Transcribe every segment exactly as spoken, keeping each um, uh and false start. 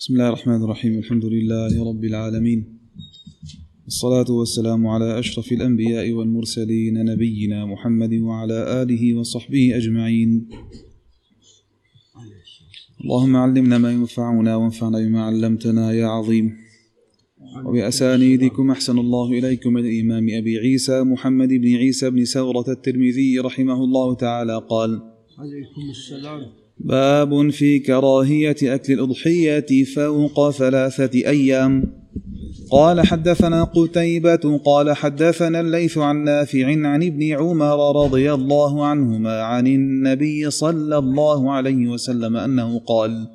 بسم الله الرحمن الرحيم. الحمد لله رب العالمين، الصلاة والسلام على أشرف الأنبياء والمرسلين نبينا محمد وعلى آله وصحبه أجمعين. اللهم علمنا ما ينفعنا وانفعنا بما علمتنا يا عظيم. وبأسانيدكم أحسن الله إليكم من الإمام أبي عيسى محمد بن عيسى بن سورة الترمذي رحمه الله تعالى قال: عليكم السلام. باب في كراهية أكل الأضحية فوق ثلاثة أيام. قال: حدثنا قتيبة قال حدثنا الليث عن نافع عن ابن عمر رضي الله عنهما عن النبي صلى الله عليه وسلم أنه قال: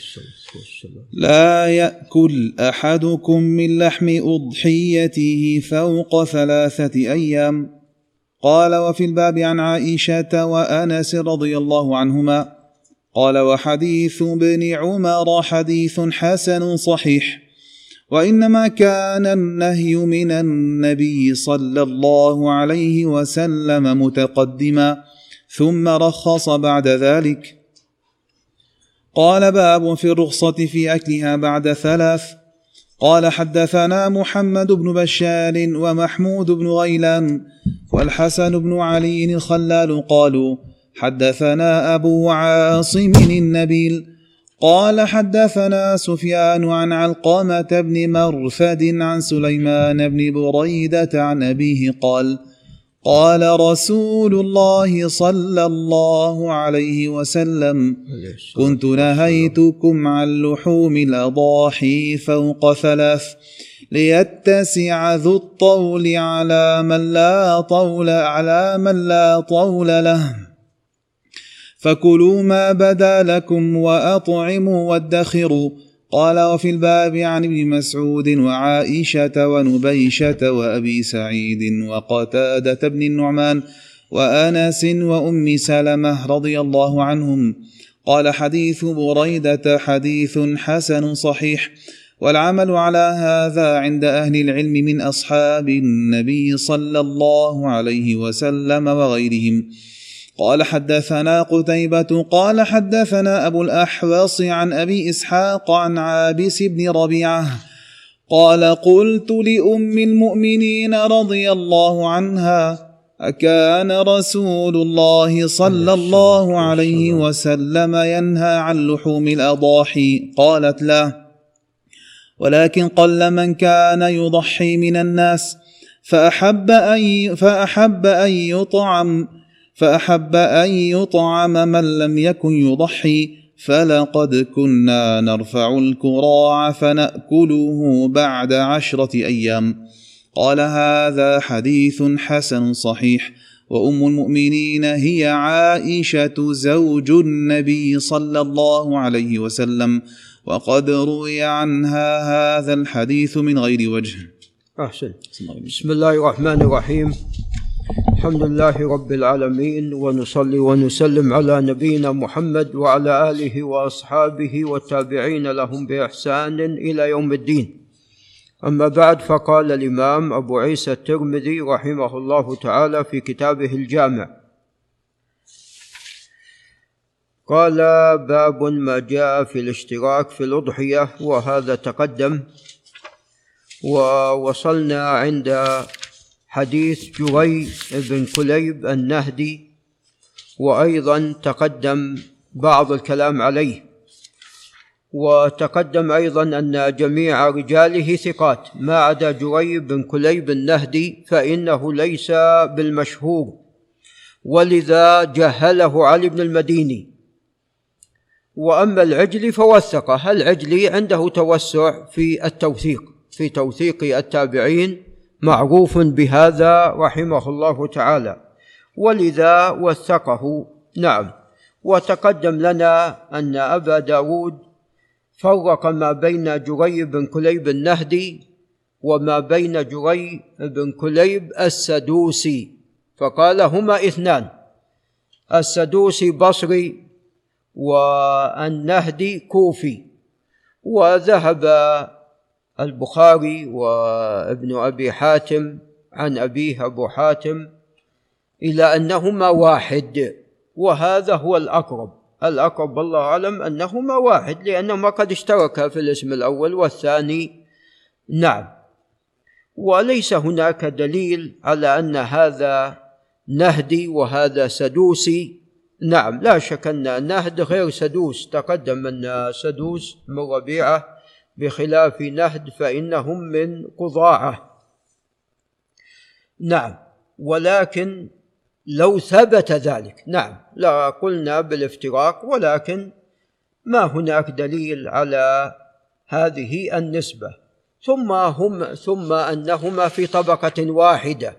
لا يأكل أحدكم من لحم أضحيته فوق ثلاثة أيام. قال: وفي الباب عن عائشة وأنس رضي الله عنهما. قال: وحديث ابن عمر حديث حسن صحيح، وإنما كان النهي من النبي صلى الله عليه وسلم متقدما ثم رخص بعد ذلك. قال: باب في الرخصة في أكلها بعد ثلاث. قال: حدثنا محمد بن بشار ومحمود بن غيلان والحسن بن علي الخلال قالوا: حدثنا أبو عاصم النبيل قال: حدثنا سفيان عن علقمة بن مرثد عن سليمان بن بريدة عن أبيه قال: قال رسول الله صلى الله عليه وسلم: كنت نهيتكم عن لحوم الأضاحي فوق ثلاث ليتسع ذو الطول على من لا طول على من لا طول له، فكلوا ما بدا لكم وأطعموا وادخروا. قال: وفي الباب عن ابن مسعود وعائشة ونبيشة وأبي سعيد وقتادة بن النعمان وأنس وأم سلمة رضي الله عنهم. قال: حديث بريدة حديث حسن صحيح، والعمل على هذا عند أهل العلم من أصحاب النبي صلى الله عليه وسلم وغيرهم. قال: حدثنا قتيبة قال حدثنا أبو الأحوص عن أبي إسحاق عن عابس بن ربيعة قال: قلت لأم المؤمنين رضي الله عنها: أكان رسول الله صلى الله عليه وسلم ينهى عن لحوم الأضاحي؟ قالت: لا، ولكن قل من كان يضحي من الناس فأحب أن فأحب أن يطعم فأحب أن يطعم من لم يكن يضحي، فلقد كنا نرفع الكراع فنأكله بعد عشرة أيام. قال: هذا حديث حسن صحيح، وأم المؤمنين هي عائشة زوج النبي صلى الله عليه وسلم، وقد روي عنها هذا الحديث من غير وجه. أحسن. بسم الله الرحمن الرحيم. الحمد لله رب العالمين، ونصلي ونسلم على نبينا محمد وعلى آله وأصحابه والتابعين لهم بإحسان إلى يوم الدين. أما بعد، فقال الإمام أبو عيسى الترمذي رحمه الله تعالى في كتابه الجامع: قال: باب ما جاء في الاشتراك في الأضحية، وهذا تقدم، ووصلنا عند حديث جري بن كليب النهدي، وأيضا تقدم بعض الكلام عليه، وتقدم أيضا أن جميع رجاله ثقات ما عدا جري بن كليب النهدي فإنه ليس بالمشهور، ولذا جهله علي بن المديني. وأما العجلي فوثقه، العجلي عنده توسع في التوثيق، في توثيق التابعين، معروف بهذا رحمه الله تعالى، ولذا وثقه. نعم. وتقدم لنا أن أبا داود فرق ما بين جري بن كليب النهدي وما بين جري بن كليب السدوسي، فقال: هما اثنان، السدوسي بصري والنهدي كوفي. وذهب البخاري وابن أبي حاتم عن أبيه أبو حاتم إلى أنهما واحد، وهذا هو الأقرب، الأقرب والله أعلم أنهما واحد، لأنهما قد اشتركا في الاسم الأول والثاني. نعم. وليس هناك دليل على أن هذا نهدي وهذا سدوسي. نعم، لا شك أن نهد غير سدوس، تقدم أن سدوس من ربيعة بخلاف نهد فإنهم من قضاعة. نعم، ولكن لو ثبت ذلك نعم لا قلنا بالافتراق، ولكن ما هناك دليل على هذه النسبة. ثم هم ثم أنهما في طبقة واحدة.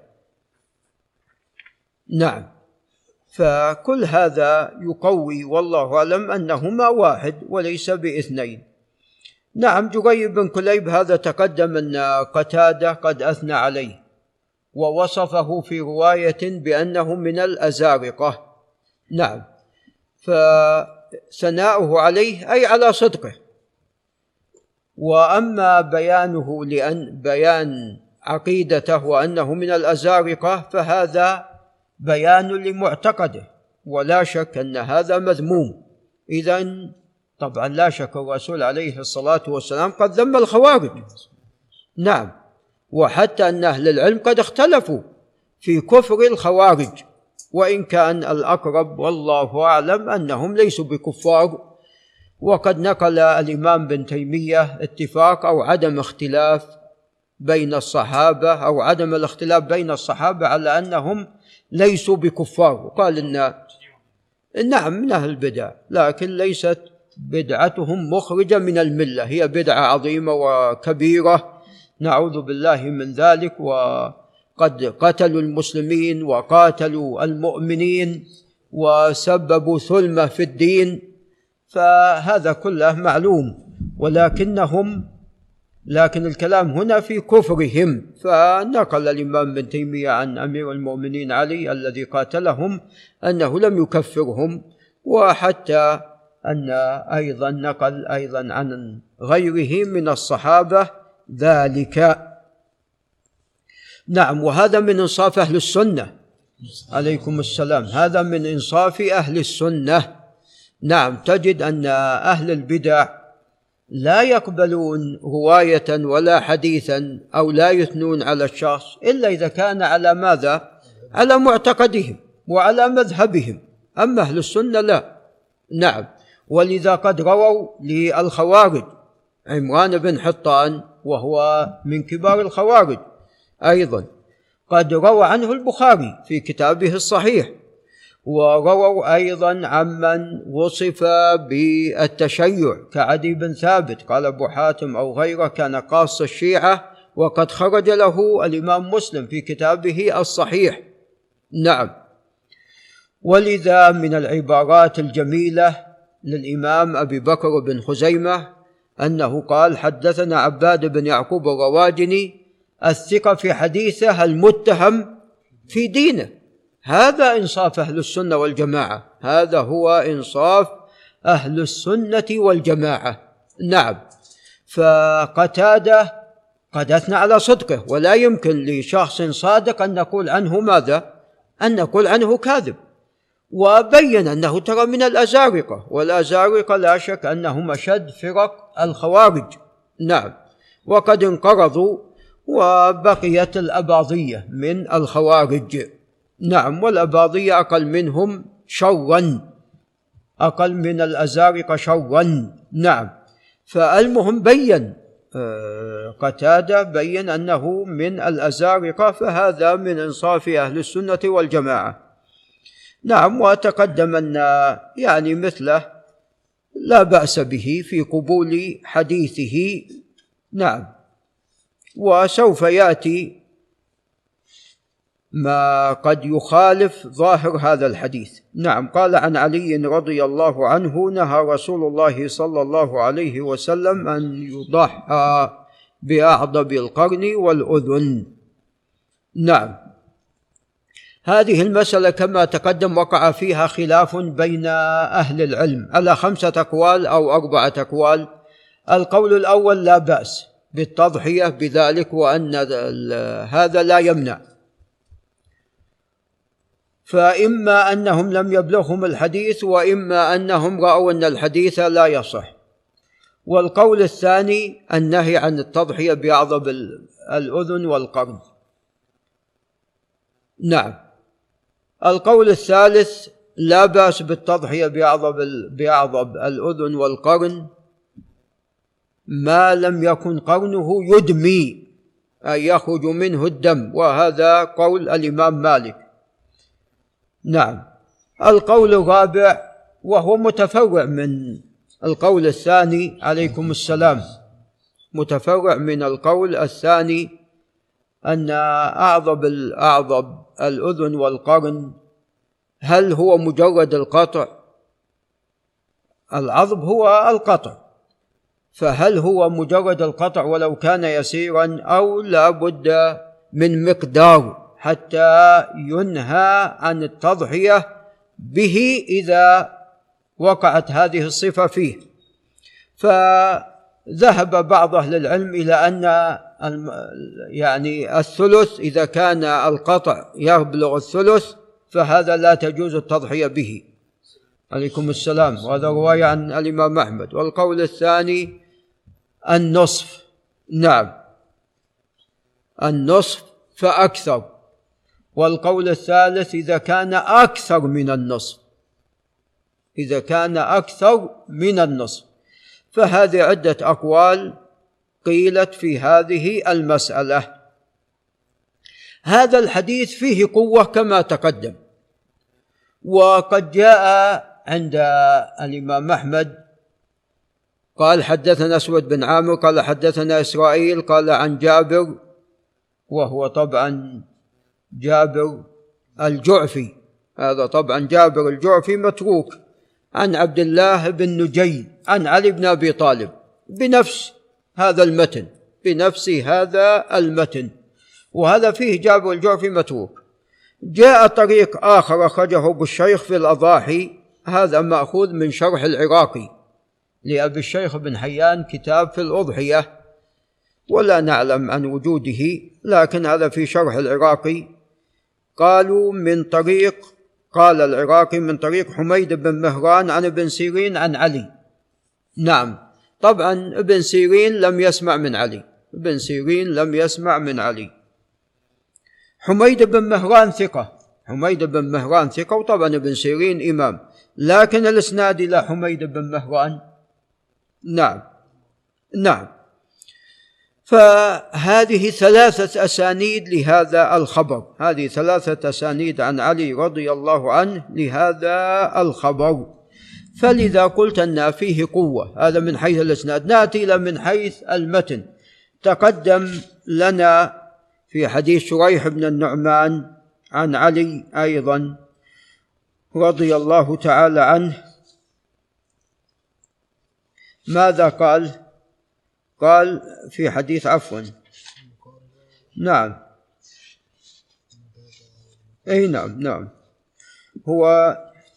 نعم، فكل هذا يقوي والله أعلم أنهما واحد وليس باثنين. نعم، جريب بن كليب هذا تقدم أن قتادة قد أثنى عليه ووصفه في رواية بأنه من الأزارقة. نعم، فثناؤه عليه أي على صدقه. وأما بيانه لأن بيان عقيدته وأنه من الأزارقة فهذا بيان لمعتقده، ولا شك أن هذا مذموم. إذن طبعا لا شك الرسول عليه الصلاة والسلام قد ذم الخوارج. نعم، وحتى أن أهل العلم قد اختلفوا في كفر الخوارج، وإن كان الأقرب والله أعلم أنهم ليسوا بكفار. وقد نقل الإمام ابن تيمية اتفاق أو عدم اختلاف بين الصحابة أو عدم الاختلاف بين الصحابة على أنهم ليسوا بكفار، وقال إن نعم من أهل البدع، لكن ليست بدعتهم مخرجة من الملة، هي بدعة عظيمة وكبيرة نعوذ بالله من ذلك، وقد قتلوا المسلمين وقاتلوا المؤمنين وسببوا ثلمة في الدين، فهذا كله معلوم. ولكنهم لكن الكلام هنا في كفرهم. فنقل الإمام ابن تيمية عن أمير المؤمنين علي الذي قاتلهم أنه لم يكفرهم، وحتى أن أيضا نقل أيضا عن غيره من الصحابة ذلك. نعم، وهذا من إنصاف أهل السنة. عليكم السلام. هذا من إنصاف أهل السنة. نعم، تجد أن أهل البدع لا يقبلون رواية ولا حديثا أو لا يثنون على الشخص إلا إذا كان على ماذا؟ على معتقدهم وعلى مذهبهم. أما أهل السنة لا. نعم، ولذا قد رووا للخوارج عمران بن حطان وهو من كبار الخوارج أيضا، قد روى عنه البخاري في كتابه الصحيح، ورووا أيضا عمن وصف بالتشيع كعدي بن ثابت، قال أبو حاتم أو غيره كان قاص الشيعة، وقد خرج له الإمام مسلم في كتابه الصحيح. نعم، ولذا من العبارات الجميلة للإمام أبي بكر بن خزيمة أنه قال: حدثنا عباد بن يعقوب الرواجني الثقة في حديثه المتهم في دينه. هذا إنصاف أهل السنة والجماعة، هذا هو إنصاف أهل السنة والجماعة. نعم، فقتادة قد أثنى على صدقه، ولا يمكن لشخص صادق أن نقول عنه ماذا؟ أن نقول عنه كاذب. وبين أنه ترى من الأزارقة، والأزارقة لا شك أنهم أشد فرق الخوارج. نعم، وقد انقرضوا وبقيت الأباضية من الخوارج. نعم، والأباضية أقل منهم شرا، أقل من الأزارقة شرا. نعم، فالمهم بين قتادة بين أنه من الأزارقة، فهذا من إنصاف أهل السنة والجماعة. نعم، وتقدم أن يعني مثله لا بأس به في قبول حديثه. نعم، وسوف يأتي ما قد يخالف ظاهر هذا الحديث. نعم، قال عن علي رضي الله عنه: نهى رسول الله صلى الله عليه وسلم أن يضحى بأعضب القرن والأذن. نعم، هذه المسألة كما تقدم وقع فيها خلاف بين أهل العلم على خمسة أقوال أو أربعة أقوال. القول الأول لا بأس بالتضحية بذلك، وأن هذا لا يمنع. فإما أنهم لم يبلغهم الحديث، وإما أنهم رأوا أن الحديث لا يصح. والقول الثاني النهي عن التضحية بأعضب الأذن والقرن. نعم. القول الثالث لا بأس بالتضحية بأعضب بأعضب الأذن والقرن ما لم يكن قرنه يدمي، أي يخرج منه الدم، وهذا قول الإمام مالك. نعم. القول الرابع وهو متفرع من القول الثاني، عليكم السلام، متفرع من القول الثاني، أن أعضب الأعضب الأذن والقرن هل هو مجرد القطع؟ العضب هو القطع، فهل هو مجرد القطع ولو كان يسيرا، أو لا بد من مقدار حتى ينهى عن التضحية به إذا وقعت هذه الصفة فيه؟ فذهب بعض أهل العلم إلى أن يعني الثلث، إذا كان القطع يبلغ الثلث فهذا لا تجوز التضحية به. عليكم السلام. وهذا رواية عن الإمام أحمد. والقول الثاني النصف. نعم، النصف فأكثر. والقول الثالث إذا كان أكثر من النصف، إذا كان أكثر من النصف. فهذه عدة أقوال قيلت في هذه المسألة. هذا الحديث فيه قوة كما تقدم، وقد جاء عند الإمام أحمد قال حدثنا أسود بن عامر قال حدثنا إسرائيل قال عن جابر، وهو طبعا جابر الجعفي، هذا طبعا جابر الجعفي متروك، عن عبد الله بن نجي عن علي بن أبي طالب بنفس هذا المتن، بنفس هذا المتن، وهذا فيه جابر الجعفي متروك. جاء طريق آخر أخرجه أبو الشيخ في الأضاحي، هذا مأخوذ من شرح العراقي لأبي الشيخ بن حيان كتاب في الأضحية، ولا نعلم عن وجوده، لكن هذا في شرح العراقي. قالوا من طريق، قال العراقي من طريق حميد بن مهران عن ابن سيرين عن علي. نعم، طبعا ابن سيرين لم يسمع من علي، ابن سيرين لم يسمع من علي. حميد بن مهران ثقة، حميد بن مهران ثقة، وطبعا ابن سيرين إمام، لكن الإسناد إلى حميد بن مهران نعم نعم. فهذه ثلاثة أسانيد لهذا الخبر، هذه ثلاثة أسانيد عن علي رضي الله عنه لهذا الخبر، فلذا قلت أن فيه قوة. هذا من حيث الإسناد. نأتي إلى من حيث المتن. تقدم لنا في حديث شريح بن النعمان عن علي أيضا رضي الله تعالى عنه، ماذا قال؟ قال في حديث عفوا نعم أي نعم نعم هو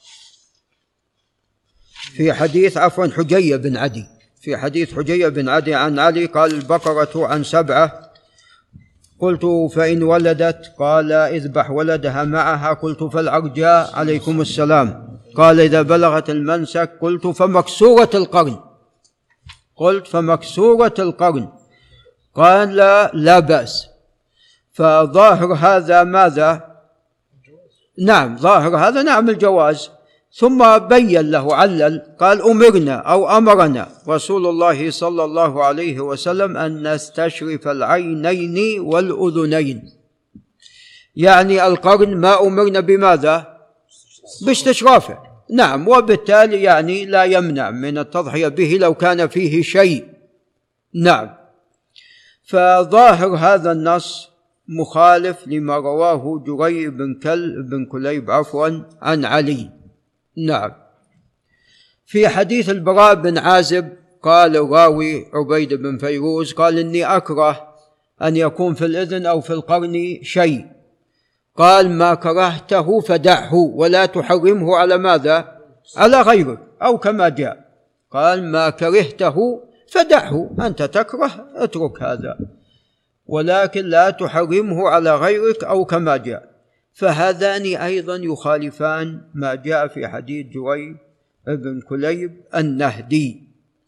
في حديث عفوا حجية بن عدي، في حديث حجية بن عدي عن علي قال البقرة عن سبعة، قلت فإن ولدت قال اذبح ولدها معها، قلت فالعرجاء عليكم السلام، قال إذا بلغت المنسك، قلت فمكسورة القرن، قلت فمكسورة القرن، قال لا, لا بأس. فظاهر هذا ماذا؟ نعم، ظاهر هذا نعم الجواز. ثم بين له علل، قال أمرنا أو أمرنا رسول الله صلى الله عليه وسلم أن نستشرف العينين والأذنين، يعني القرن ما أمرنا بماذا؟ باستشرافه. نعم، وبالتالي يعني لا يمنع من التضحية به لو كان فيه شيء. نعم. فظاهر هذا النص مخالف لما رواه جرير بن كل بن كليب عفوا عن علي. نعم. في حديث البراء بن عازب قال الراوي عبيد بن فيروز قال إني أكره أن يكون في الإذن أو في القرن شيء، قال ما كرهته فدعه ولا تحرمه على ماذا؟ على غيرك، أو كما جاء قال ما كرهته فدعه، أنت تكره اترك هذا، ولكن لا تحرمه على غيرك، أو كما جاء. فهذان أيضا يخالفان ما جاء في حديث جريب بن كليب النهدي.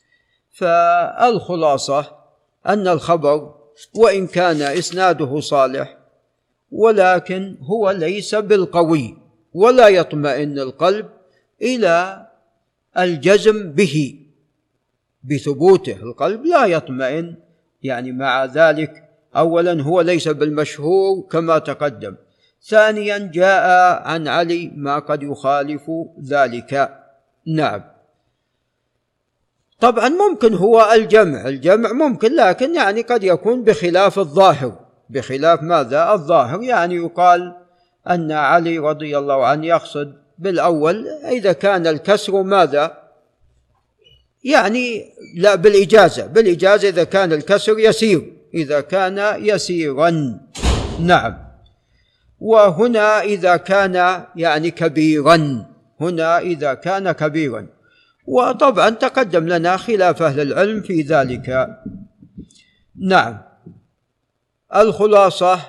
فالخلاصة أن الخبر وإن كان إسناده صالح ولكن هو ليس بالقوي، ولا يطمئن القلب إلى الجزم به بثبوته، القلب لا يطمئن يعني مع ذلك. أولا هو ليس بالمشهور كما تقدم، ثانيا جاء عن علي ما قد يخالف ذلك. نعم. طبعا ممكن هو الجمع الجمع ممكن، لكن يعني قد يكون بخلاف الظاهر، بخلاف ماذا؟ الظاهر. يعني يقال أن علي رضي الله عنه يقصد بالأول إذا كان الكسر ماذا؟ يعني لا، بالإجازة، بالإجازة إذا كان الكسر يسير، إذا كان يسيرا. نعم. وهنا إذا كان يعني كبيرا، هنا إذا كان كبيرا. وطبعا تقدم لنا خلاف أهل العلم في ذلك. نعم. الخلاصة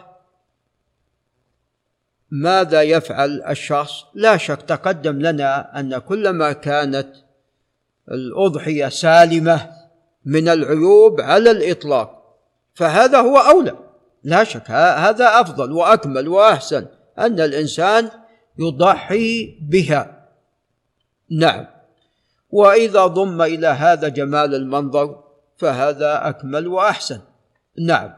ماذا يفعل الشخص؟ لا شك تقدم لنا أن كلما كانت الأضحية سالمة من العيوب على الإطلاق فهذا هو أولى، لا شك هذا أفضل وأكمل وأحسن أن الإنسان يضحي بها. نعم. وإذا ضم إلى هذا جمال المنظر فهذا أكمل وأحسن. نعم.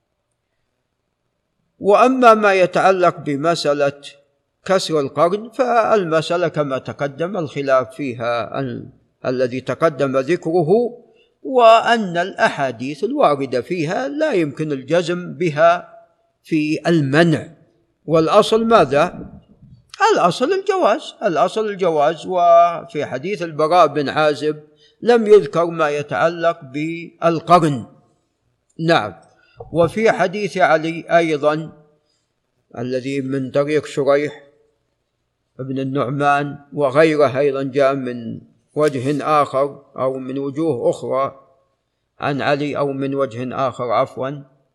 وأما ما يتعلق بمسألة كسر القرن فالمسألة كما تقدم الخلاف فيها ال... الذي تقدم ذكره، وأن الأحاديث الواردة فيها لا يمكن الجزم بها في المنع، والأصل ماذا؟ الأصل الجواز، الأصل الجواز. وفي حديث البراء بن عازب لم يذكر ما يتعلق بالقرن. نعم. وفي حديث علي أيضا الذي من طريق شريح ابن النعمان وغيره أيضا جاء من وجه آخر أو من وجوه أخرى عن علي أو من وجه آخر عفوا،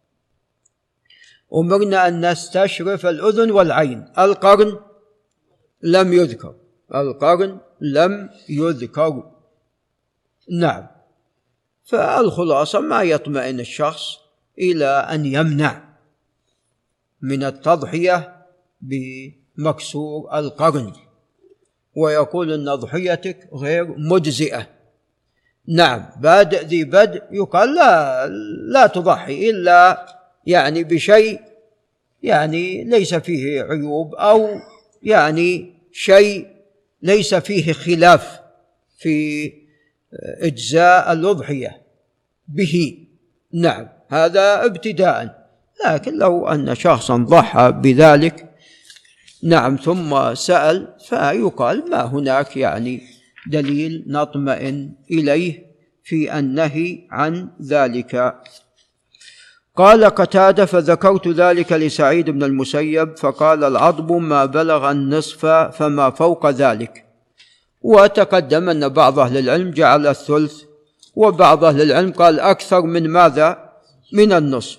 أمرنا أن نستشرف الأذن والعين. القرن لم يذكر، القرن لم يذكر. نعم. فالخلاصة ما يطمئن الشخص إلى أن يمنع من التضحية بمكسور القرن ويقول أن أضحيتك غير مجزئة. نعم. بادئ ذي بدء يقال لا لا تضحي إلا يعني بشيء يعني ليس فيه عيوب أو يعني شيء ليس فيه خلاف في إجزاء الأضحية به. نعم. هذا ابتداء. لكن لو أن شخصا ضحى بذلك نعم ثم سأل فيقال ما هناك يعني دليل نطمئن إليه في النهي عن ذلك. قال قتادة فذكرت ذلك لسعيد بن المسيب فقال العضب ما بلغ النصف فما فوق ذلك. وتقدم أن بعض أهل العلم جعل الثلث وبعض أهل العلم قال أكثر من ماذا؟ من النصف.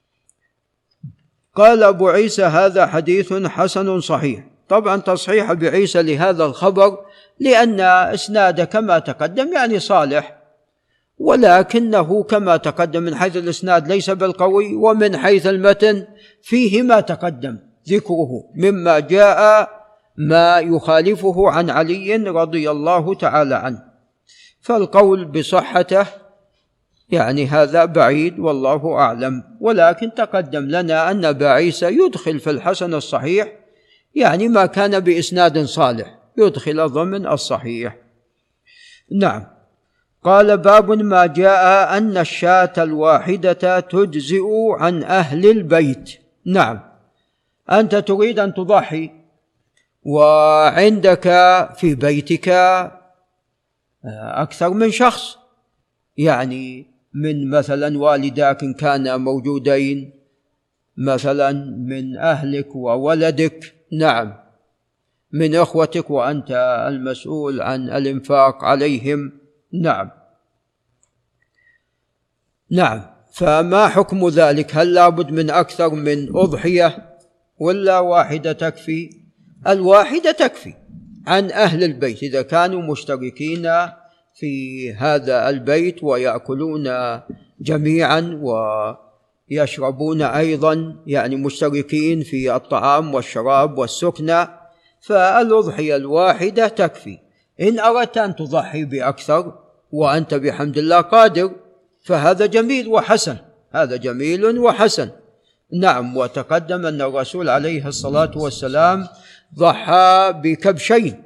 قال أبو عيسى هذا حديث حسن صحيح. طبعا تصحيح أبي عيسى لهذا الخبر لأن إسناده كما تقدم يعني صالح، ولكنه كما تقدم من حيث الإسناد ليس بالقوي، ومن حيث المتن فيه ما تقدم ذكره مما جاء ما يخالفه عن علي رضي الله تعالى عنه، فالقول بصحته يعني هذا بعيد والله أعلم. ولكن تقدم لنا أن أبا عيسى يدخل في الحسن الصحيح يعني ما كان بإسناد صالح، يدخل ضمن الصحيح. نعم. قال باب ما جاء أن الشاة الواحدة تجزئ عن أهل البيت. نعم. أنت تريد أن تضحي وعندك في بيتك أكثر من شخص، يعني من مثلا والداك إن كان موجودين، مثلا من أهلك وولدك، نعم، من أخوتك وأنت المسؤول عن الإنفاق عليهم. نعم. نعم. فما حكم ذلك؟ هل لابد من أكثر من أضحية ولا واحدة تكفي؟ الواحدة تكفي عن أهل البيت إذا كانوا مشتركين في هذا البيت ويأكلون جميعا ويشربون أيضا، يعني مشتركين في الطعام والشراب والسكنة، فالأضحية الواحدة تكفي. إن أردت أن تضحي بأكثر وأنت بحمد الله قادر فهذا جميل وحسن، هذا جميل وحسن. نعم. وتقدم أن الرسول عليه الصلاة والسلام ضحى بكبشين،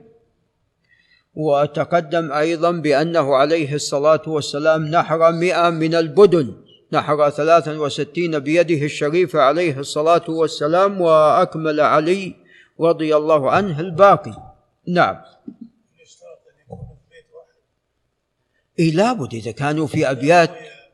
وتقدم أيضا بأنه عليه الصلاة والسلام نحر مئة من البدن، نحر ثلاثا وستين بيده الشريفة عليه الصلاة والسلام، وأكمل علي رضي الله عنه الباقي. نعم. إيه لابد إذا كانوا في أبيات،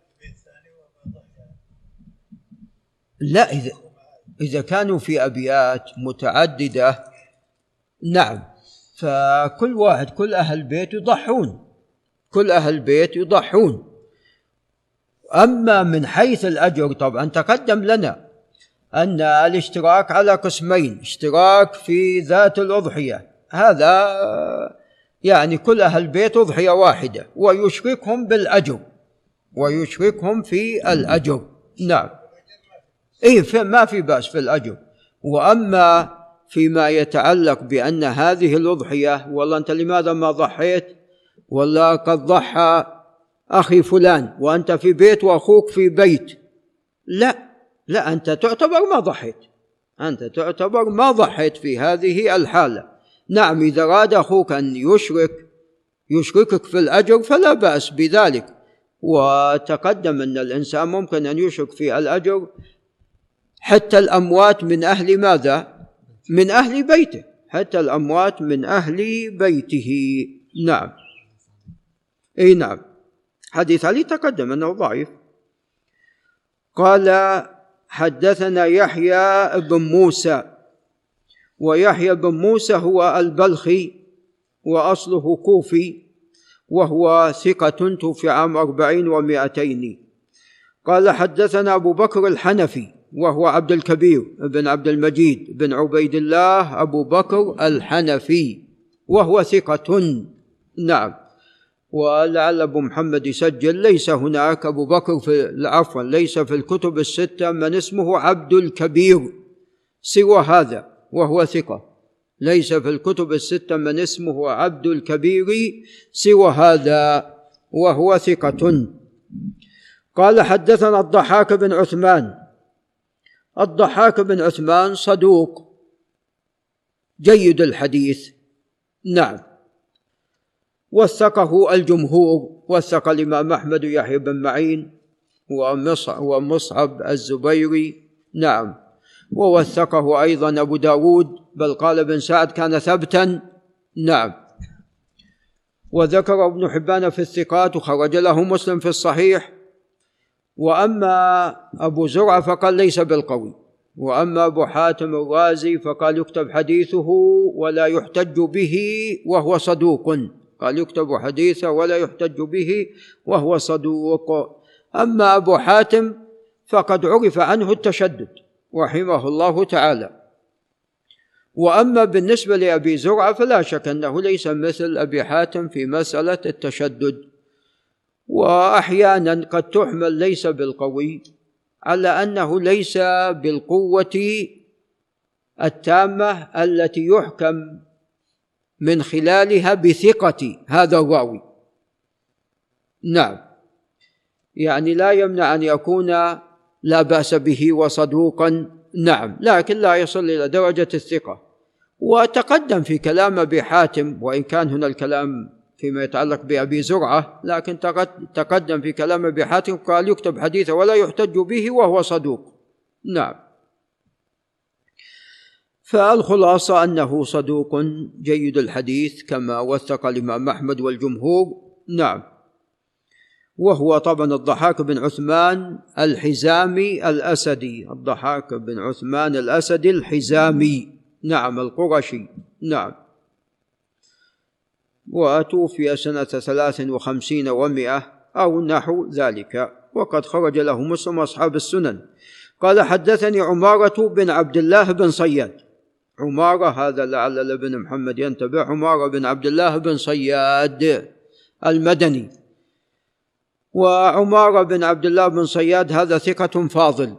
لا إذا, إذا كانوا في أبيات متعددة نعم، فكل واحد كل أهل بيت يضحون، كل أهل بيت يضحون. أما من حيث الأجر طبعا تقدم لنا أن الاشتراك على قسمين، اشتراك في ذات الأضحية هذا يعني كل أهل بيت أضحية واحدة ويشركهم بالأجر، ويشركهم في الأجر. نعم. إيه ما في بأس في الأجر. وأما فيما يتعلق بأن هذه الأضحية والله أنت لماذا ما ضحيت، والله قد ضحى أخي فلان وأنت في بيت وأخوك في بيت، لا لا، أنت تعتبر ما ضحيت، أنت تعتبر ما ضحيت في هذه الحالة. نعم. إذا أراد أخوك أن يشرك يشركك في الأجر فلا بأس بذلك. وتقدم أن الإنسان ممكن أن يشرك في الأجر حتى الأموات من أهل ماذا؟ من أهل بيته، حتى الأموات من أهل بيته. نعم. أي نعم. حديث علي تقدم أنه ضعيف. قال حدثنا يحيى بن موسى، ويحيى بن موسى هو البلخي وأصله كوفي، وهو ثقة توفي عام أربعين ومائتين. قال حدثنا أبو بكر الحنفي وهو عبد الكبير بن عبد المجيد بن عبيد الله أبو بكر الحنفي وهو ثقة. نعم. ولعل أبو محمد يسجل ليس هناك أبو بكر في عفوا ليس في الكتب الستة من اسمه عبد الكبير سوى هذا وهو ثقة، ليس في الكتب الستة من اسمه عبد الكبير سوى هذا وهو ثقة. قال حدثنا الضحاك بن عثمان. الضحاك بن عثمان صدوق جيد الحديث. نعم. وثقه الجمهور، وثق الإمام أحمد يحيى بن معين ومصعب الزبيري. نعم. ووثقه أيضا أبو داود، بل قال ابن سعد كان ثبتا. نعم. وذكر ابن حبان في الثقات وخرج له مسلم في الصحيح. وأما أبو زرعة فقال ليس بالقوي. وأما أبو حاتم الرازي فقال يكتب حديثه ولا يحتج به وهو صدوق، قال يكتب حديثه ولا يحتج به وهو صدوق. أما أبو حاتم فقد عرف عنه التشدد رحمه الله تعالى. وأما بالنسبة لأبي زرعة فلا شك أنه ليس مثل أبي حاتم في مسألة التشدد، وأحيانا قد تحمل ليس بالقوي على أنه ليس بالقوة التامة التي يحكم من خلالها بثقة هذا الراوي. نعم. يعني لا يمنع أن يكون لا بأس به وصدوقا، نعم، لكن لا يصل إلى درجة الثقة. وتقدم في كلام أبي حاتم، وإن كان هنا الكلام فيما يتعلق بأبي زرعة، لكن تقدم في كلام أبي حاتم قال يكتب حديثه ولا يحتج به وهو صدوق. نعم. فالخلاصة أنه صدوق جيد الحديث كما وثق الإمام أحمد والجمهور. نعم. وهو طبعا الضحاك بن عثمان الحزامي الأسدي، الضحاك بن عثمان الأسدي الحزامي، نعم، القرشي. نعم. وتوفي سنة ثلاث وخمسين ومائة أو نحو ذلك، وقد خرج له مسلم أصحاب السنن. قال حدثني عمارة بن عبد الله بن صياد. عمارة هذا لعل ابن محمد ينتبه، عمارة بن عبد الله بن صياد المدني. وعمارة بن عبد الله بن صياد هذا ثقة فاضل،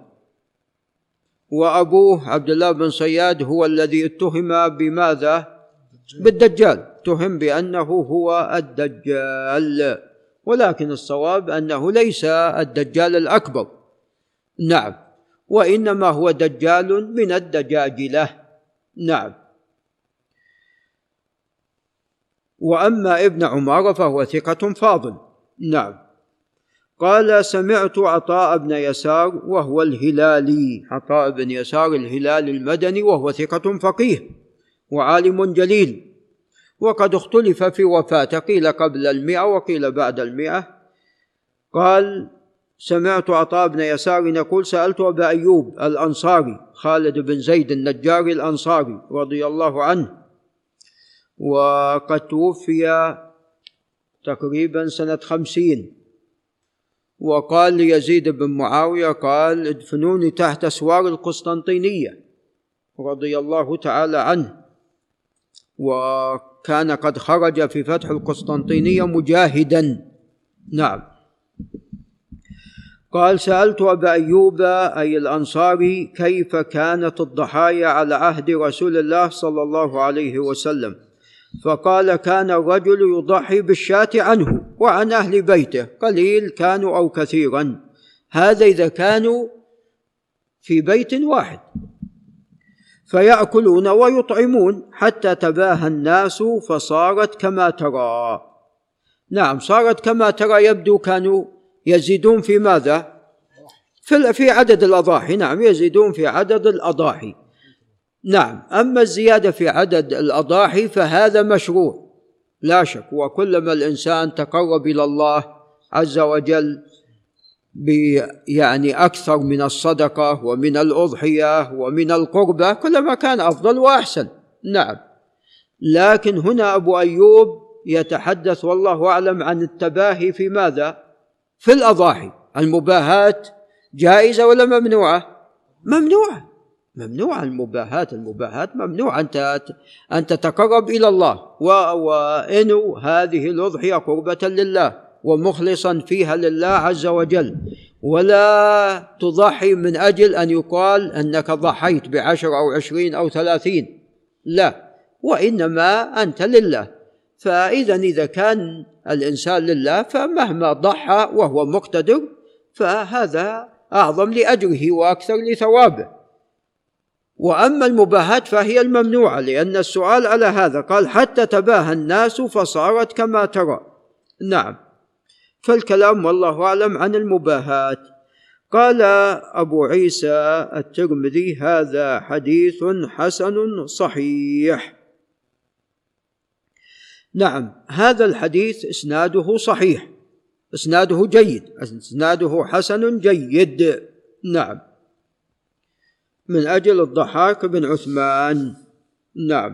وأبوه عبد الله بن صياد هو الذي اتهم بماذا؟ بالدجال، اتهم بأنه هو الدجال، ولكن الصواب أنه ليس الدجال الأكبر، نعم، وإنما هو دجال من الدجاجلة، نعم. وأما ابن عمارة فهو ثقة فاضل، نعم. قال سمعت عطاء بن يسار وهو الهلالي، عطاء بن يسار الهلالي المدني، وهو ثقة فقيه وعالم جليل، وقد اختلف في وفاته، قيل قبل المئة وقيل بعد المئة. قال سمعت عطاء بن يسار يقول سألت أبا أيوب الأنصاري خالد بن زيد النجاري الأنصاري رضي الله عنه، وقد توفي تقريبا سنة خمسين، وقال ليزيد بن معاوية قال ادفنوني تحت أسوار القسطنطينية رضي الله تعالى عنه، وكان قد خرج في فتح القسطنطينية مجاهدا، نعم. قال سألت أبا أيوب أي الأنصاري كيف كانت الضحايا على عهد رسول الله صلى الله عليه وسلم، فقال كان الرجل يضحي بالشاة عنه وعن أهل بيته، قليل كانوا أو كثيرا، هذا إذا كانوا في بيت واحد، فيأكلون ويطعمون حتى تباهى الناس فصارت كما ترى، نعم، صارت كما ترى، يبدو كانوا يزيدون في ماذا؟ في عدد الأضاحي، نعم، يزيدون في عدد الأضاحي، نعم. أما الزيادة في عدد الأضاحي فهذا مشروع لا شك، وكلما الإنسان تقرب إلى الله عز وجل يعني أكثر من الصدقة ومن الأضحية ومن القربة كلما كان أفضل وأحسن، نعم. لكن هنا أبو أيوب يتحدث والله أعلم عن التباهي في ماذا؟ في الأضاحي. المباهات جائزة ولا ممنوعة؟ ممنوعة، ممنوع المباهات، المباهات ممنوع، أنت أن تتقرب إلى الله وإنو هذه الأضحية قربة لله ومخلصا فيها لله عز وجل، ولا تضحي من أجل أن يقال أنك ضحيت بعشر أو عشرين أو ثلاثين، لا، وإنما أنت لله. فإذا إذا كان الإنسان لله فمهما ضحى وهو مقتدر فهذا أعظم لأجره وأكثر لثوابه. وأما المباهات فهي الممنوعة، لأن السؤال على هذا قال حتى تباهى الناس فصارت كما ترى، نعم. فالكلام والله أعلم عن المباهات. قال أبو عيسى الترمذي هذا حديث حسن صحيح، نعم. هذا الحديث إسناده صحيح، إسناده جيد، إسناده حسن جيد، نعم، من أجل الضحاك بن عثمان، نعم.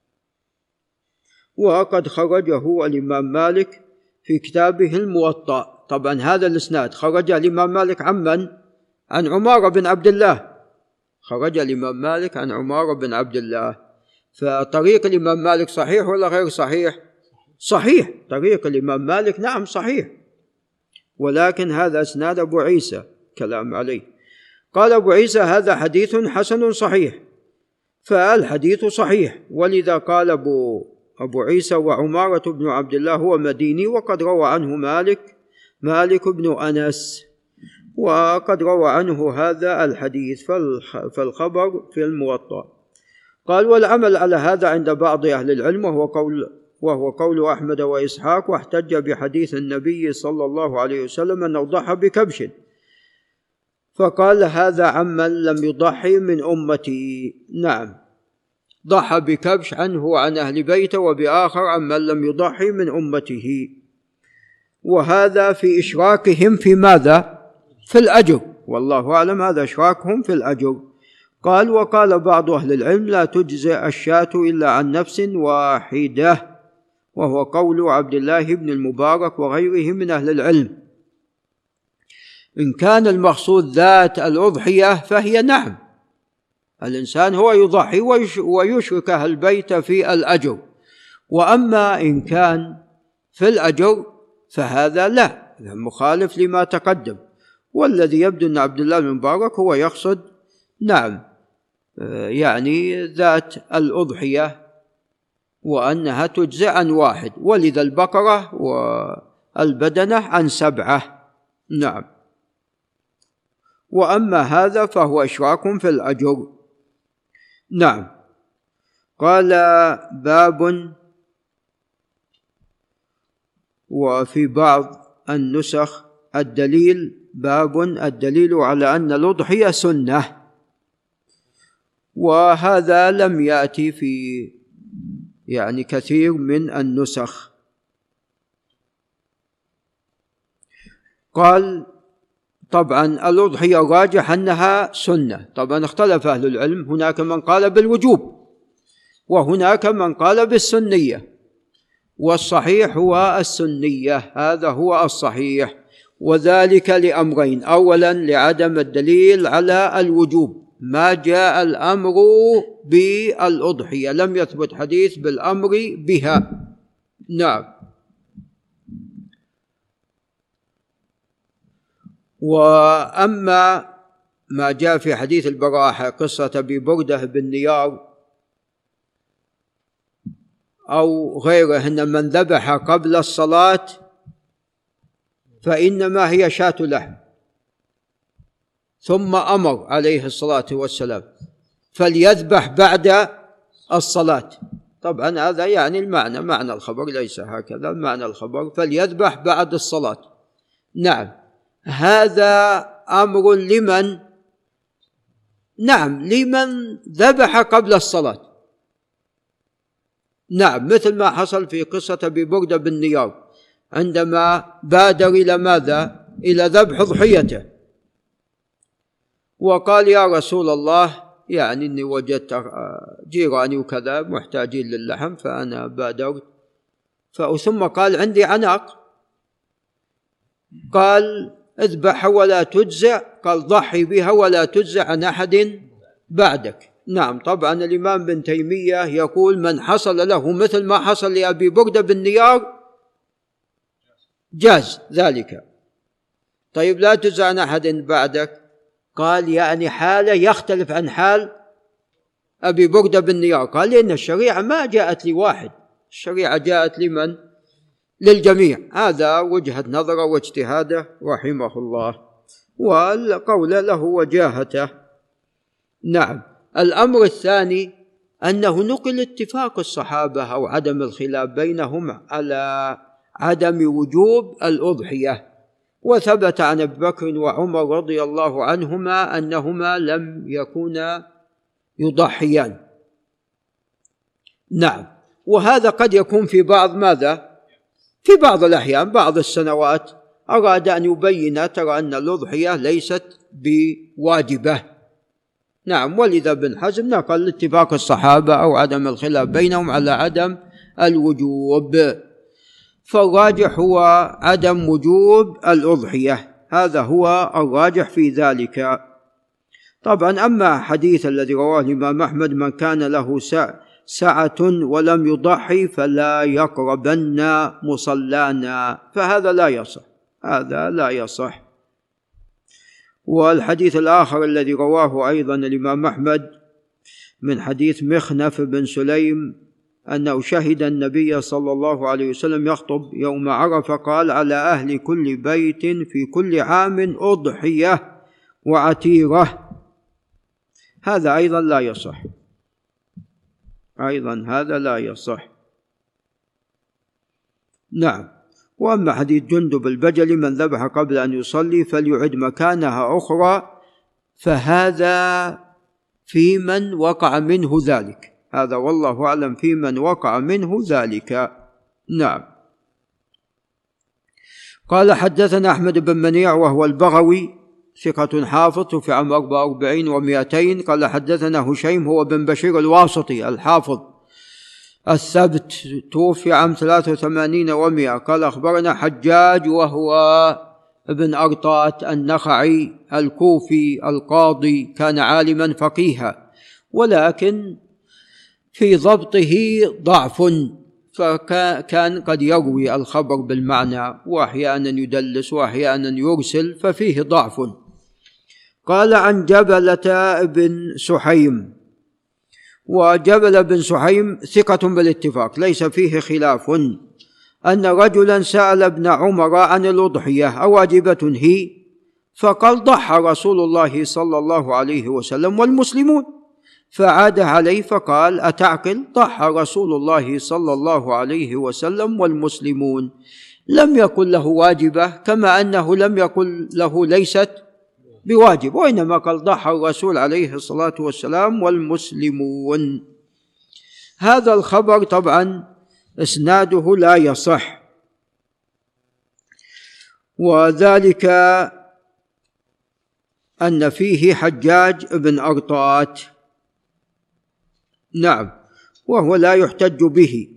وقد خرجه الإمام مالك في كتابه الموطأ. طبعا هذا الإسناد خرج الإمام مالك عن من؟ عن عمارة بن عبد الله، خرج الإمام مالك عن عمارة بن عبد الله. فطريق الإمام مالك صحيح ولا غير صحيح؟ صحيح، طريق الإمام مالك نعم صحيح، ولكن هذا إسناد أبو عيسى كلام عليه. قال أبو عيسى هذا حديث حسن صحيح، فالحديث صحيح، ولذا قال أبو, أبو عيسى وعمارة بن عبد الله هو مديني، وقد روى عنه مالك مالك بن أنس، وقد روى عنه هذا الحديث، فالخبر في الموطأ. قال والعمل على هذا عند بعض أهل العلم، وهو قول وهو قول أحمد وإسحاق، واحتج بحديث النبي صلى الله عليه وسلم أنه ضحى بكبش، فقال هذا عمن لم يضحي من أمتي، نعم، ضحى بكبش عنه وعن أهل بيته، وبآخر عمن لم يضحي من أمته، وهذا في إشراكهم في ماذا؟ في الأجر، والله أعلم هذا إشراكهم في الأجر. قال وقال بعض أهل العلم لا تجزئ الشاة إلا عن نفس واحدة، وهو قول عبد الله بن المبارك وغيره من أهل العلم. إن كان المقصود ذات الأضحية فهي نعم، الإنسان هو يضحي ويشرك أهل البيت في الأجر. وأما إن كان في الأجر فهذا لا، مخالف لما تقدم. والذي يبدو أن عبد الله بن مبارك هو يقصد نعم يعني ذات الأضحية وأنها تجزئ عن واحد، ولذا البقرة والبدنة عن سبعة. نعم. وأما هذا فهو إشراك في الأجر. نعم. قال باب، وفي بعض النسخ الدليل باب الدليل على أن الأضحية سنة، وهذا لم يأتي في يعني كثير من النسخ. قال طبعا الأضحية راجح أنها سنة. طبعا اختلف أهل العلم، هناك من قال بالوجوب وهناك من قال بالسنية، والصحيح هو السنية، هذا هو الصحيح، وذلك لأمرين: أولا لعدم الدليل على الوجوب، ما جاء الأمر بالأضحية، لم يثبت حديث بالأمر بها. نعم. وأما ما جاء في حديث البراحة قصة أبي بردة بن نيار أو غيره أن من ذبح قبل الصلاة فإنما هي شاة لحم، ثم أمر عليه الصلاة والسلام فليذبح بعد الصلاة. طبعا هذا يعني المعنى، معنى الخبر ليس هكذا، معنى الخبر فليذبح بعد الصلاة. نعم. هذا أمر لمن؟ نعم، لمن ذبح قبل الصلاة. نعم، مثل ما حصل في قصة أبي بردة بن نيار عندما بادر إلى ماذا؟ إلى ذبح ضحيته، وقال يا رسول الله يعني إني وجدت جيراني وكذا محتاجين للحم فأنا بادرت، ثم قال عندي عناق، قال اذبح ولا تجزع، قال ضحي بها ولا تجزع عن أحد بعدك. نعم. طبعا الإمام بن تيمية يقول من حصل له مثل ما حصل لأبي بردة بن نيار جاز ذلك. طيب لا تجزع عن أحد بعدك، قال يعني حالة يختلف عن حال أبي بردة بن نيار، قال لأن الشريعة ما جاءت لواحد، الشريعة جاءت لمن؟ للجميع. هذا وجهة نظره واجتهاده رحمه الله، والقول له وجاهته. نعم. الأمر الثاني أنه نقل اتفاق الصحابة أو عدم الخلاف بينهم على عدم وجوب الأضحية، وثبت عن أبي بكر وعمر رضي الله عنهما أنهما لم يكونا يضحيان. نعم. وهذا قد يكون في بعض ماذا؟ في بعض الأحيان، بعض السنوات أراد أن يبين ترى أن الأضحية ليست بواجبة. نعم. ولذا ابن حزم نقل اتفاق الصحابة أو عدم الخلاف بينهم على عدم الوجوب، فالراجح هو عدم وجوب الأضحية، هذا هو الراجح في ذلك. طبعا أما حديث الذي رواه الإمام أحمد من كان له سعة ولم يضحي فلا يقربن مصلانا، فهذا لا يصح، هذا لا يصح. والحديث الآخر الذي رواه أيضا الإمام أحمد من حديث مخنف بن سليم أنه شهد النبي صلى الله عليه وسلم يخطب يوم عرفة قال على أهل كل بيت في كل عام أضحية وعتيرة، هذا أيضا لا يصح، أيضا هذا لا يصح. نعم. وأما حديث جندب البجلي من ذبح قبل أن يصلي فليعد مكانها أخرى، فهذا في من وقع منه ذلك، هذا والله أعلم في من وقع منه ذلك. نعم. قال حدثنا أحمد بن منيع وهو البغوي ثقة حافظ في عام أربعة وأربعين ومئتين. قال حدثنا هشيم هو بن بشير الواسطي الحافظ الثبت توفي عام ثلاثة وثمانين ومئة. قال أخبرنا حجاج وهو بن أرطات النخعي الكوفي القاضي، كان عالما فقيها، ولكن في ضبطه ضعف، فكان قد يروي الخبر بالمعنى وأحيانا يدلس وأحيانا يرسل، ففيه ضعف. قال عن جبلة بن سحيم، وجبل بن سحيم ثقة بالاتفاق ليس فيه خلاف، أن رجلا سأل ابن عمر عن الأضحية أواجبة هي؟ فقال ضحى رسول الله صلى الله عليه وسلم والمسلمون، فعاد عليه فقال أتعقل؟ ضحى رسول الله صلى الله عليه وسلم والمسلمون، لم يقل له واجبة، كما أنه لم يقل له ليست بواجب، وإنما قال ضحى الرسول عليه الصلاة والسلام والمسلمون. هذا الخبر طبعا إسناده لا يصح، وذلك أن فيه حجاج بن أرطات، نعم، وهو لا يحتج به.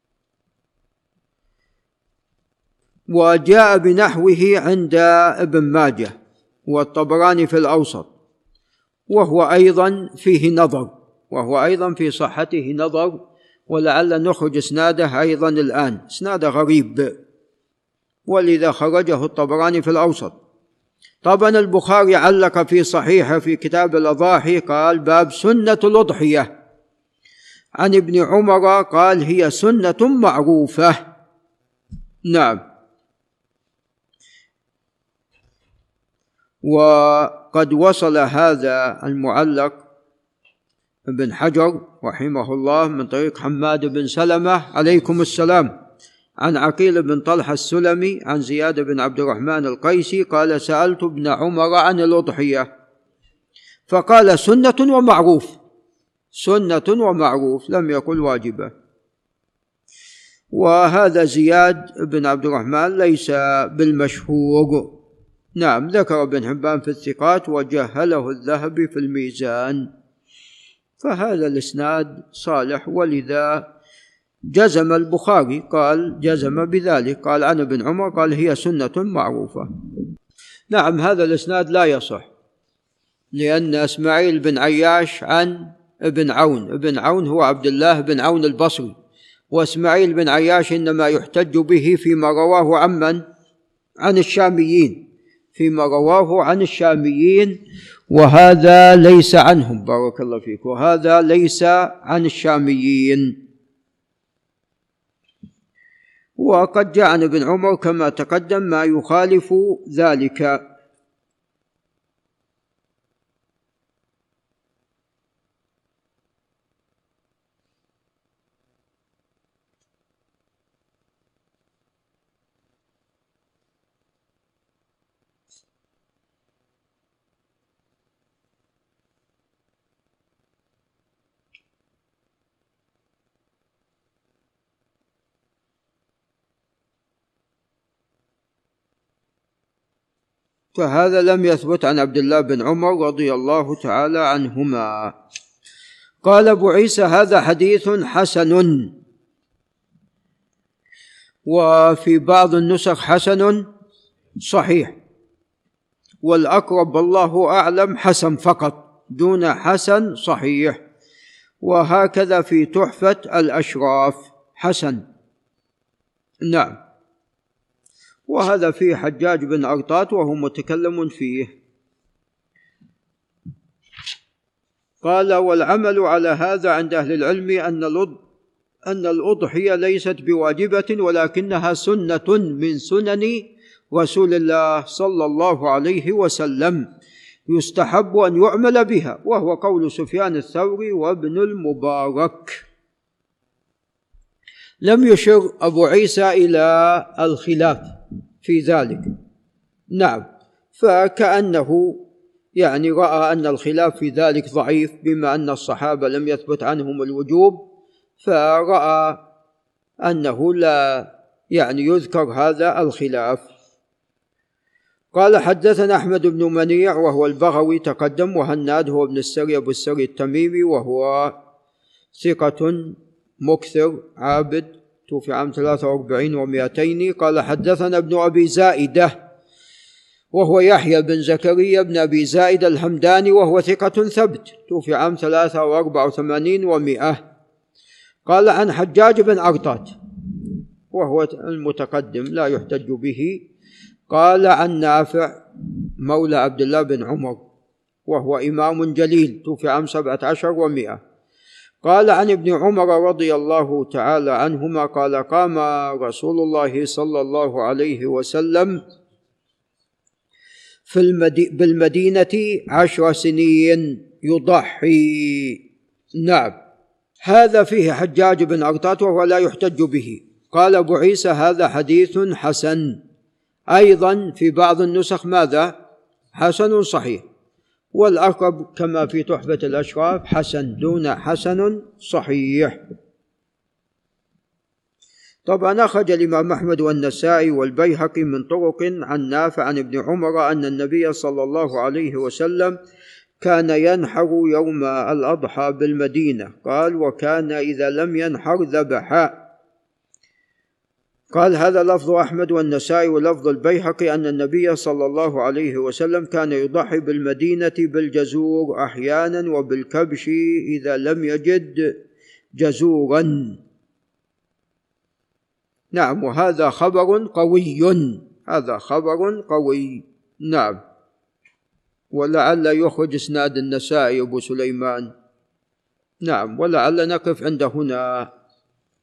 وجاء بنحوه عند ابن ماجه والطبراني في الأوسط، وهو أيضا فيه نظر، وهو أيضا في صحته نظر، ولعل نخرج اسناده أيضا الآن، اسناده غريب، ولذا خرجه الطبراني في الأوسط. طبعا البخاري علق في صحيحه في كتاب الأضاحي قال باب سنة الأضحية، عن ابن عمر قال هي سنة معروفة، نعم. وقد وصل هذا المعلق ابن حجر رحمه الله من طريق حماد بن سلمة عليكم السلام، عن عقيل بن طلحة السلمي عن زياد بن عبد الرحمن القيسي قال سألت ابن عمر عن الأضحية فقال سنة ومعروف، سنة ومعروف، لم يقل واجبة. وهذا زياد بن عبد الرحمن ليس بالمشهور، نعم، ذكر ابن حبان في الثقات وجهله الذهبي في الميزان، فهذا الإسناد صالح، ولذا جزم البخاري قال جزم بذلك، قال عن ابن عمر قال هي سنة معروفة. نعم، هذا الإسناد لا يصح، لأن إسماعيل بن عياش عن ابن عون، ابن عون هو عبد الله بن عون البصري، وإسماعيل بن عياش إنما يحتج به فيما رواه عمن عن الشاميين، فيما رواه عن الشاميين، وهذا ليس عنهم، بارك الله فيك، وهذا ليس عن الشاميين. وقد جاء عن ابن عمر كما تقدم ما يخالف ذلك. فهذا لم يثبت عن عبد الله بن عمر رضي الله تعالى عنهما. قال أبو عيسى هذا حديث حسن، وفي بعض النسخ حسن صحيح، والأقرب والله أعلم حسن فقط دون حسن صحيح، وهكذا في تحفة الأشراف حسن، نعم. وهذا فيه حجاج بن أرطات وهو متكلم فيه. قال والعمل على هذا عند أهل العلم أن أن الأضحية ليست بواجبة، ولكنها سنة من سنن رسول الله صلى الله عليه وسلم، يستحب أن يعمل بها، وهو قول سفيان الثوري وابن المبارك. لم يشر أبو عيسى إلى الخلاف في ذلك، نعم، فكأنه يعني رأى أن الخلاف في ذلك ضعيف، بما أن الصحابة لم يثبت عنهم الوجوب، فرأى أنه لا يعني يذكر هذا الخلاف. قال حدثنا أحمد بن منيع وهو البغوي تقدم، وهناد هو ابن السري أبو السري التميمي، وهو ثقة مكثر عابد، توفي عام ثلاثة وأربعين ومئتين. قال حدثنا ابن أبي زائدة وهو يحيى بن زكريا بن أبي زائد الهمداني، وهو ثقة ثبت، توفي عام ثلاثة وأربعة وثمانين ومئة. قال عن حجاج بن أرطات وهو المتقدم لا يحتج به. قال عن نافع مولى عبد الله بن عمر وهو إمام جليل، توفي عام سبعة عشر ومئة. قال عن ابن عمر رضي الله تعالى عنهما قال قام رسول الله صلى الله عليه وسلم في المدي بالمدينة عشر سنين يضحي. نعم، هذا فيه حجاج بن أرطات وهو لا يحتج به. قال أبو عيسى هذا حديث حسن. أيضا في بعض النسخ ماذا؟ حسن صحيح، والأقرب كما في تحفة الأشراف حسن دون حسن صحيح. طبعا أخرج الإمام أحمد والنسائي والبيهقي من طرق عن نافع عن ابن عمر أن النبي صلى الله عليه وسلم كان ينحر يوم الأضحى بالمدينة. قال وكان إذا لم ينحر ذبح. قال هذا لفظ أحمد والنسائي ولفظ البيهقي أن النبي صلى الله عليه وسلم كان يضحي بالمدينة بالجزور أحيانا وبالكبش إذا لم يجد جزورا. نعم، وهذا خبر قوي، هذا خبر قوي. نعم، ولعل يخرج اسناد النسائي أبو سليمان. نعم، ولعل نقف عند هنا.